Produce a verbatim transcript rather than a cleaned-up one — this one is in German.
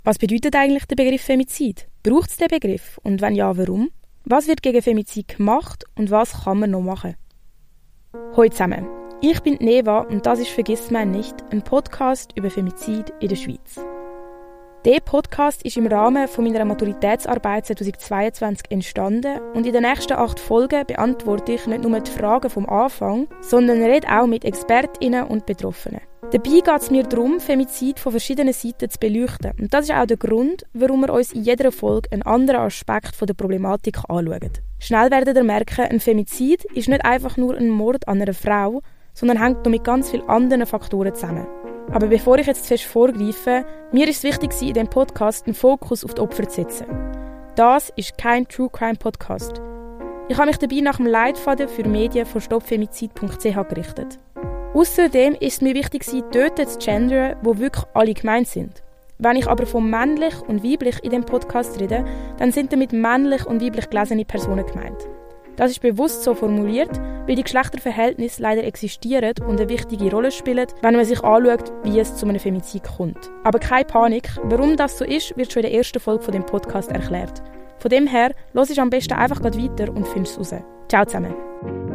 Was bedeutet eigentlich der Begriff Femizid? Braucht es den Begriff? Und wenn ja, warum? Was wird gegen Femizid gemacht und was kann man noch machen? Hallo zusammen, ich bin Neva und das ist «Vergiss mich nicht», ein Podcast über Femizid in der Schweiz. Dieser Podcast ist im Rahmen von meiner Maturitätsarbeit zweitausendzweiundzwanzig entstanden und in den nächsten acht Folgen beantworte ich nicht nur die Fragen vom Anfang, sondern rede auch mit ExpertInnen und Betroffenen. Dabei geht es mir darum, Femizid von verschiedenen Seiten zu beleuchten. Und das ist auch der Grund, warum wir uns in jeder Folge einen anderen Aspekt von der Problematik anschauen. Schnell werdet ihr merken, ein Femizid ist nicht einfach nur ein Mord an einer Frau, sondern hängt noch mit ganz vielen anderen Faktoren zusammen. Aber bevor ich jetzt fest vorgreife, mir ist es wichtig, in diesem Podcast einen Fokus auf die Opfer zu setzen. Das ist kein True Crime Podcast. Ich habe mich dabei nach dem Leitfaden für Medien von stopp femizid punkt c h gerichtet. Außerdem ist es mir wichtig, dort zu gendern, wo wirklich alle gemeint sind. Wenn ich aber von männlich und weiblich in diesem Podcast rede, dann sind damit männlich und weiblich gelesene Personen gemeint. Das ist bewusst so formuliert, weil die Geschlechterverhältnisse leider existieren und eine wichtige Rolle spielen, wenn man sich anschaut, wie es zu einem Femizid kommt. Aber keine Panik, warum das so ist, wird schon in der ersten Folge von dem Podcast erklärt. Von dem her, hörst du am besten einfach weiter und findest es raus. Ciao zusammen!